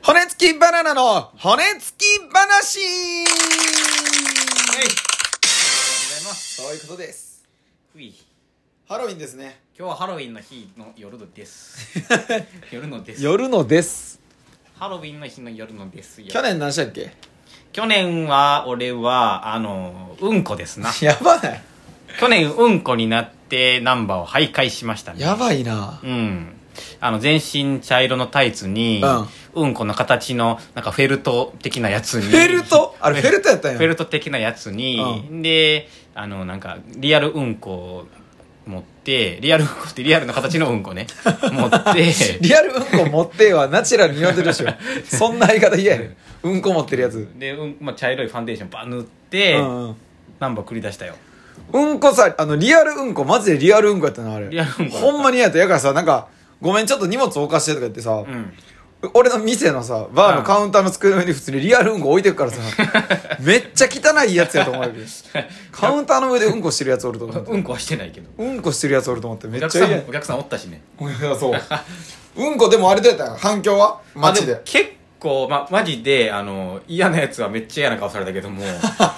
骨付きバナナの骨付き話。そういうことです。ハロウィンですね。 今日はハロウィンの日の夜のです夜のですハロウィンの日の夜のですよ。 去年何したっけ？ 去年は俺はうんこですな。 やばない？ 去年うんこになってナンバーを徘徊しましたね。 やばいな。 うん。全身茶色のタイツに、うんこの形のなんかフェルト的なやつに。 フェルト？あれフェルトやったんや。 フェルト的なやつに、でなんかリアルうんこを持って、リアルうんこってリアルな形のうんこね持ってリアルうんこ持ってはナチュラルに呼んでるでしょそんな言い方嫌やねん。うんこ持ってるやつで、茶色いファンデーションバー塗って、ナンバー繰り出したよ。 うんこさ、リアルうんこ、マジでリアルうんこやったな、あれ。 リアルうんこほんまに嫌やった。やからさ、なんか、ごめん、ちょっと荷物置かしてとか言ってさ、俺の店のさ、バーのカウンターの机の上に普通にリアルうんこ置いてるからさ、めっちゃ汚いやつやと思うけど、カウンターの上でうんこしてるやつおると思って。 うんこはしてないけど。 うんこしてるやつおると思って、めっちゃ嫌や。 お客さんおったしね。 そう。うんこでもあれどうやったん？反響はマジで。 結構、マジで、嫌なやつはめっちゃ嫌な顔されたけども、でも、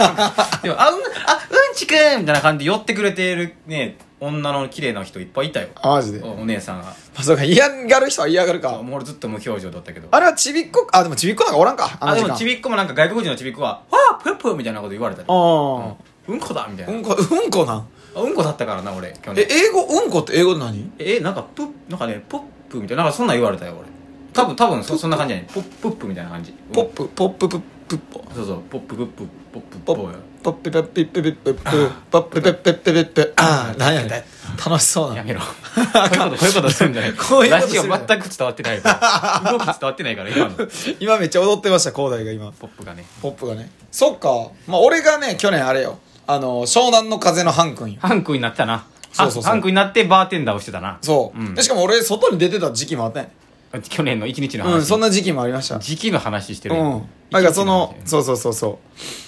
うんちくんみたいな感じで寄ってくれてるね、女の綺麗な人いっぱいいたよ。 マジで。 お姉さんが。 そうか、嫌がる人は嫌がるか。 もう俺ずっと無表情だったけど。 あれはちびっこ、でもちびっこなんかおらんか。 でもちびっこもなんか外国人のちびっこは、ぷっぷみたいなこと言われたり。うんこだみたいな。 うんこなん？ うんこだったからな、俺、去年。 英語、うんこって英語で何？ なんかなんかね、ポップみたいな、なんかそんなん言われたよ、俺。多分そんな感じやね。ポップみたいな感じ。 ポップポッポ。 そうそう、ポップポップペッピッペッペッペッポップペッペッペッペッなんやねん。楽しそうな。 やめろ。こういうことするんじゃない。ラジオ全く伝わってないから。動き伝わってないから今めっちゃ踊ってました、広大が今。 ポップがね。 そっか。俺がね、去年あれよ。湘南の風のハン君よ。 ハン君になったな。 ハン君になってバーテンダーをしてたな。 そう。でしかも俺外に出てた時期もあったんや。 去年の一日の話。 そんな時期もありました。 時期の話してる。 なんかそう。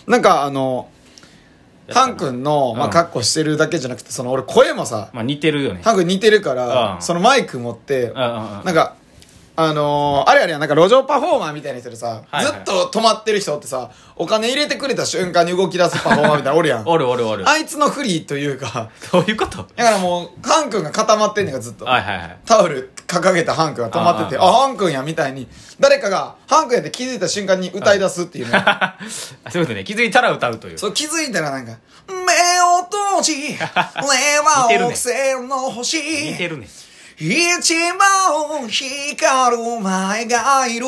なんかハン君の、格好してるだけじゃなくて、俺声もさ、 似てるよね。 ハン君似てるから、そのマイク持って、なんか、あれやなんか路上パフォーマーみたいな人でさ、ずっと止まってる人ってさ、お金入れてくれた瞬間に動き出すパフォーマーみたいなおるやん。 おる。 あいつのフリーというか。 どういうこと？ だからもう、ハン君が固まってんねんかずっと。 はい。 タオル掲げたハン君が止まってて、ハン君やみたいに、誰かがハン君やって気づいた瞬間に歌い出すっていうね。 そういうことね。気づいたら歌うという。 そう、気づいたらなんか、目を閉じ、レバーをせるの星。 似てるね。 一番光る前がいる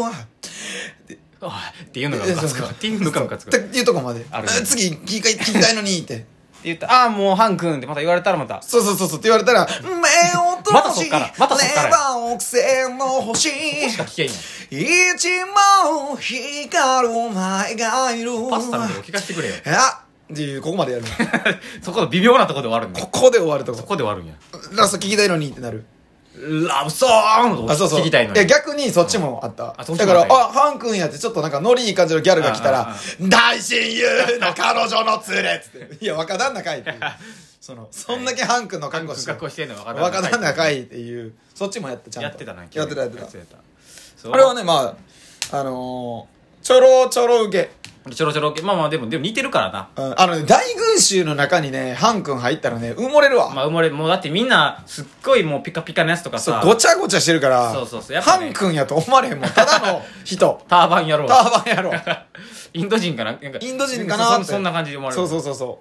っていうのがムカつく。っていうとこまで次聞きたいのにって言った。もうハン君ってまた言われたらまた。 そうって言われたら、目を閉じ、レバーをせるの星。 しか聞けんやん。一番光る前がいる。 パスタのこと聞かせてくれよ。 っていう、ここまでやるの。 そこの微妙なとこで終わるんだ。 ここで終わるとこ。 そこで終わるんや。 ラスト聞きたいのにってなる。 ラブソング聞きたいのに。 いや、逆にそっちもあった。だから、ハン君やってちょっとなんかノリいい感じのギャルが来たら、大親友の彼女の連れっつって。いや、若旦那かいっていう。そんだけハン君の格好してんの若旦那かいっていう。そっちもやってちゃんと。 やってたな。 やってた。あれはね、ちょろ受け。 ちょろでも似てるからな。 大群衆の中にね、ハン君入ったらね、埋もれるわ。 埋もれる。もうだってみんな、すっごいもうピカピカのやつとかさ。 ごちゃごちゃしてるから。ハン君やと思われへんもん。ただの人。 ターバン野郎。インド人かな？ インド人かなって。 そんな感じで思われる。 そう。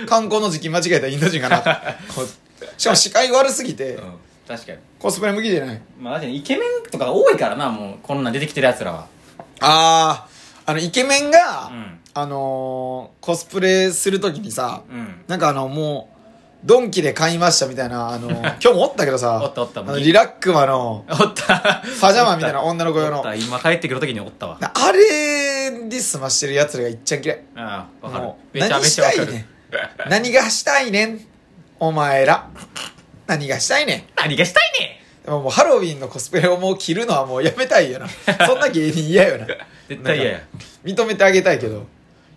観光の時期間違えたらインド人かな。しかも視界悪すぎて。 確かに。 コスプレ向きじゃない。 確かにイケメンとか多いからな、もう。こんなん出てきてる奴らは。 イケメンが、コスプレするときにさ、なんかもう、ドンキで買いましたみたいな、今日もおったけどさ、 おった。 リラックマの、 おった。 パジャマみたいな女の子用の。 今帰ってくるときにおったわ。 あれで済ましてる奴らがいっちゃん嫌い。 わかる。 何したいねん。何がしたいねん。お前ら。何がしたいねん。でももうハロウィンのコスプレをもう着るのはもうやめたいよな。そんな芸人嫌よな。 絶対嫌や。 認めてあげたいけど。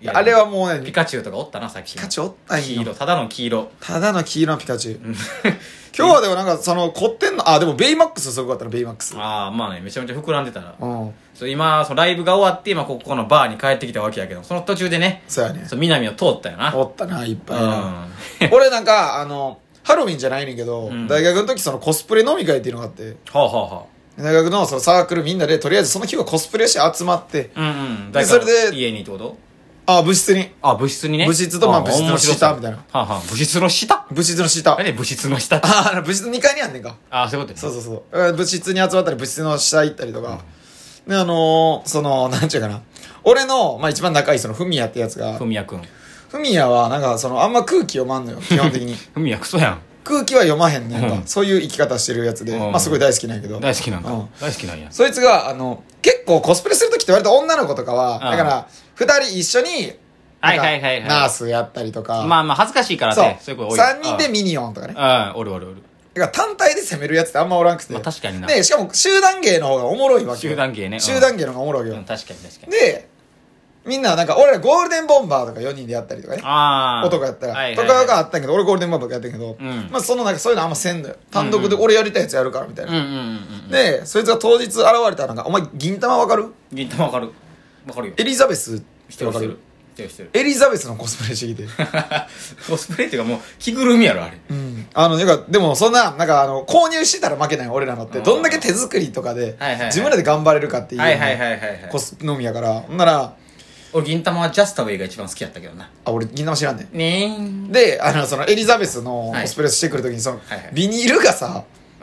いやあれはもうねピカチュウとかおったなさっきピカチュウおったんよ黄色ただの黄色ただの黄色のピカチュウ今日はでもなんかその凝ってんのでもベイマックスすごかったなベイマックスああまあねめちゃめちゃ膨らんでたらうんそう今そのライブが終わって今ここのバーに帰ってきたわけやけどその途中でねそうやねそう南を通ったよなおったないっぱいなうん俺なんかハロウィンじゃないねんけど、 うん大学の時そのコスプレ飲み会っていうのがあってはあはあは大学のそのサークルみんなでとりあえずその日はコスプレして集まってあうんでそれで家にってこと部室に部室にね部室と部室の下みたいなはあはあ部室の下部室の下何部室の下って部室2階にあんねんかそういうことねそうそうそう部室に集まったり部室の下行ったりとか、でそのなんちゅうかな俺の、一番仲いいそのフミヤってやつがふみやくんフミヤはなんかあんま空気読まんのよ基本的にふみやクソやん空気は読まへんねんか、 うんそういう生き方してるやつで、すごい大好きなんやけど大好きなんだうん大好きなんやそいつが結構コスプレするときって割と女の子とかはだから2人一緒になんかはいはいはいはいナースやったりとかまあ恥ずかしいからねそういう子多い 3人でミニオンとかねだかおるおるおるら単体で攻めるやつってあんまおらんくて、 確かになでしかも集団芸の方がおもろいわけよ集団芸ね集団芸の方がおもろいわけよ、 確かに確かにでみんななんか俺らゴールデンボンバーとか4人でやったりとかね男やったら、とかがあったんやけど俺ゴールデンボンバーとかやってんけど、そのなんかそういうのあんませんのよ単独で俺やりたいやつやるからみたいな、でそいつが当日現れたらなんかお前銀玉わかる銀玉わかるよエリザベスってわかるしてるエリザベスのコスプレしてきてコスプレっていうかもう着ぐるみやろあれなんかでもそんななんか購入してたら負けない俺らのってどんだけ手作りとかで自分らで頑張れるかっていうコスのみやからほんなら俺銀玉はジャスタウェイが一番好きやったけどな俺銀玉知らんねんねでそのエリザベスのコスプレしてくるときにビニールがさ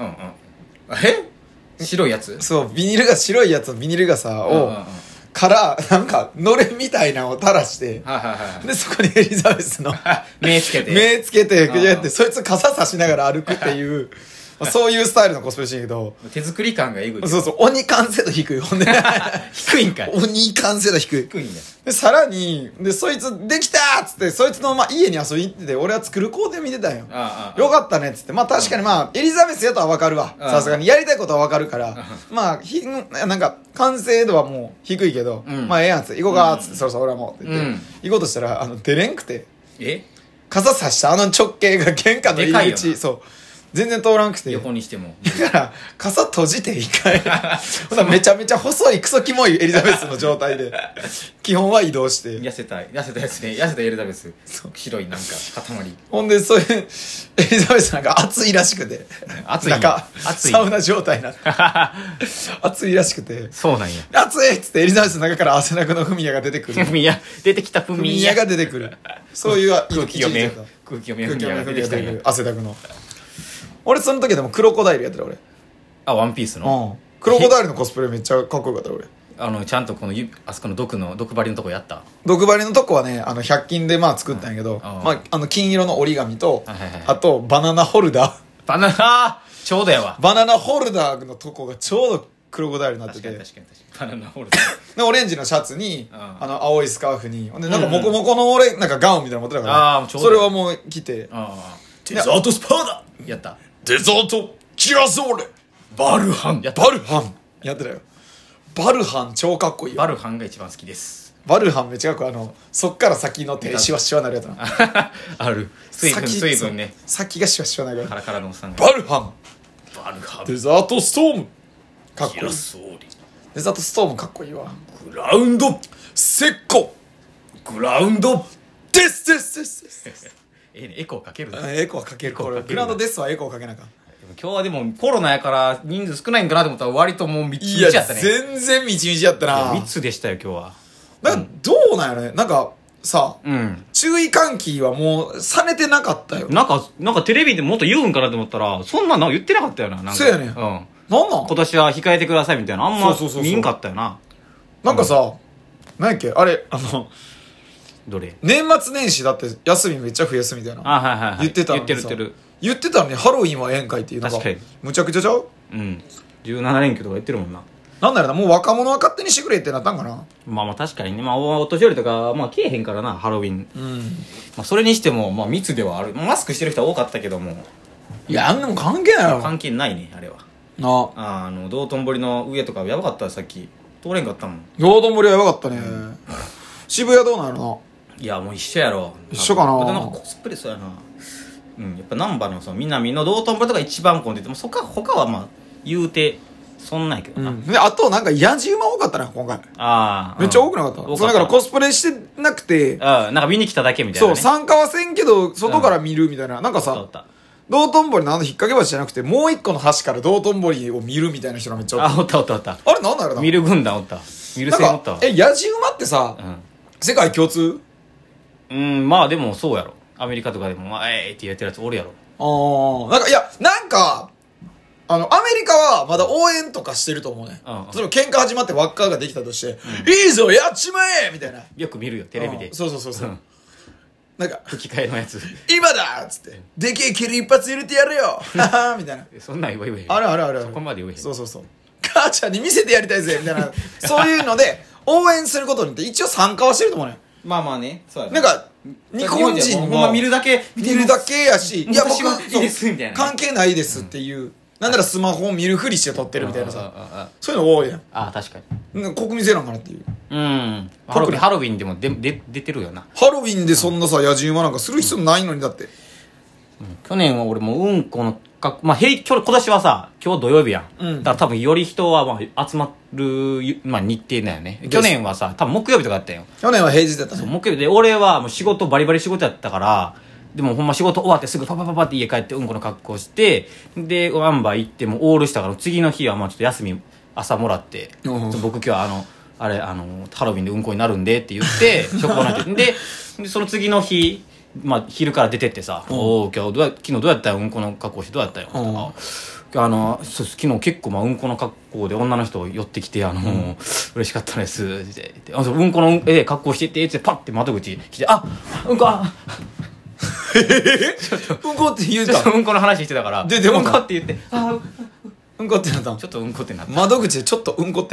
白いやつそうビニールが白いやつのビニール傘をからなんかのれんみたいなのを垂らしてでそこにエリザベスの目つけてやってそいつ傘差しながら歩くっていうそういうスタイルのコスプレしてるけど手作り感がエグいそう鬼完成度低いほんで低いんかい鬼完成度低い低いんだでさらにそいつできたーっつってそいつの家に遊びに行ってて俺は作る工程見てたんよよかったねっつって確かにエリザベスやとは分かるわさすがにやりたいことは分かるからなんか完成度はもう低いけどええやんっつって行こうかっつってそろそろ俺はもうって言って行こうとしたら出れんくて傘差した直径が玄関の入り口そう全然通らんくて横にしてもだから傘閉じて一回ほなめちゃめちゃ細いクソキモいエリザベスの状態で基本は移動して痩せたやつね痩せたエリザベス白いなんか塊ほんでそういうエリザベスなんか暑いらしくて暑いなんか暑いサウナ状態になって暑いらしくてそうなんや暑いっつってエリザベスの中から汗だくのフミヤが出てくるフミヤ出てきたフミヤが出てくるそういう空気読めフミヤが出てきたんや汗だくの俺その時でもクロコダイルやってた俺ワンピースのクロコダイルのコスプレめっちゃかっこよかった俺ちゃんとあそこの毒針のとこやった毒針のとこはね100均で作ったんやけど金色の折り紙とあとバナナホルダーちょうどやわバナナホルダーのとこがちょうどクロコダイルになってて確かにバナナホルダーでオレンジのシャツに青いスカーフにでなんかモコモコの俺なんかガウンみたいなの持ってたからそれはもう着てデザートスパーだやったデザートキラソーレバルハンやってたよバルハン超かっこいいよバルハンが一番好きですバルハンめっちゃかっこいいそっから先の手シワシワなるやつなある水分ね先がシワシワなるカラカラのおっさんバルハンデザートストームかっこいいデザートストームかっこいいわグラウンドセッコグラウンドですエコーかけるエコーかけるグラウンドですはエコーかけなか今日はでもコロナやから人数少ないんかなと思ったら割ともうみちみちやったね全然みちみちやったな密でしたよ今日はなんかどうなんやろねなんかさ注意喚起はもうされてなかったよなんかテレビでもっと言うんかなと思ったらそんなの言ってなかったよなそうやねんなん今年は控えてくださいみたいなあんま見んかったよななんかさ何やっけあれどれ年末年始だって休みめっちゃ増やすみたいな言ってたのにさ言ってたのにハロウィンはええんかいっていうのがむちゃくちゃちゃう 17連休とか言ってるもんななんだろうなもう若者は勝手にしてくれってなったんかなまあ確かにねお年寄りとか来えへんからなハロウィンそれにしても密ではあるマスクしてる人は多かったけどもいやあんなもん関係ないよ関係ないねあれは道頓堀の上とかやばかったさっき通れんかったもん道頓堀はやばかったね渋谷どうなるのいやもう一緒やろ。 一緒かな。 なんかコスプレそうやな。うんやっぱ難波のその南の道頓堀とか一番混んでても他はまあ言うてそんなんやけどな、 であとなんか野じ馬多かったな今回。 ああめっちゃ多くなかった、そうだからコスプレしてなくて、 なんか見に来ただけみたいな、ね、 そう参加はせんけど外から見るみたいな、なんかさ道頓堀の引っ掛け橋じゃなくてもう一個の橋から道頓堀を見るみたいな人がめっちゃおった。 あれなんだろうな、 見る軍団おった。見る戦おったわ。 野じ馬ってさ、世界共通？ まあでもそうやろ。アメリカとかでもまあって言ってるやつおるやろ。 なんかいやなんかアメリカはまだ応援とかしてると思うね。例えば喧嘩始まって輪っかができたとして、いいぞやっちまえみたいな。 よく見るよテレビで。 そうなんか吹き替えのやつ今だっつってでけえ蹴り一発入れてやるよみたいな。 そんなん言わへん。 あるそこまで言わへん。 そう母ちゃんに見せてやりたいぜみたいなそういうので応援することによって一応参加はしてると思うね。 まあねそうやなんか日本人もほんま見るだけやし、いや僕いいですみたいな関係ないですっていう、なんならスマホを見るふりして撮ってるみたいなさ、そういうの多いやん。 確かに国民性なんかなっていう。 ハロウィンでも出てるよな。 ハロウィンでそんなさ野じ馬なんかする必要ないのに。だって去年は俺もうんこのまあ今年はさ今日土曜日やん、だから多分より人はまあ集まる、まあ、日程だよね。去年はさ多分木曜日とかやったんよ。 去年は平日だったね。 木曜日で俺はもうバリバリ仕事やったから、でもほんま仕事終わってすぐパパパパって家帰ってうんこの格好してでワンバー行ってもオールしたから次の日はまあちょっと休み朝もらって、僕今日はハロウィンでうんこになるんでって言って職場なんてでその次の日まあ昼から出てってさ、おお昨日どうやったようんこの格好してどうやったよ、そう昨日結構まあうんこの格好で女の人寄ってきて嬉しかったですってうんこの格好してってってパッて窓口来てうんこうんこって言うた。 うんこの話してたからでもうんこって言ってうんこってなった。 ちょっとうんこってなった。 窓口でちょっとうんこって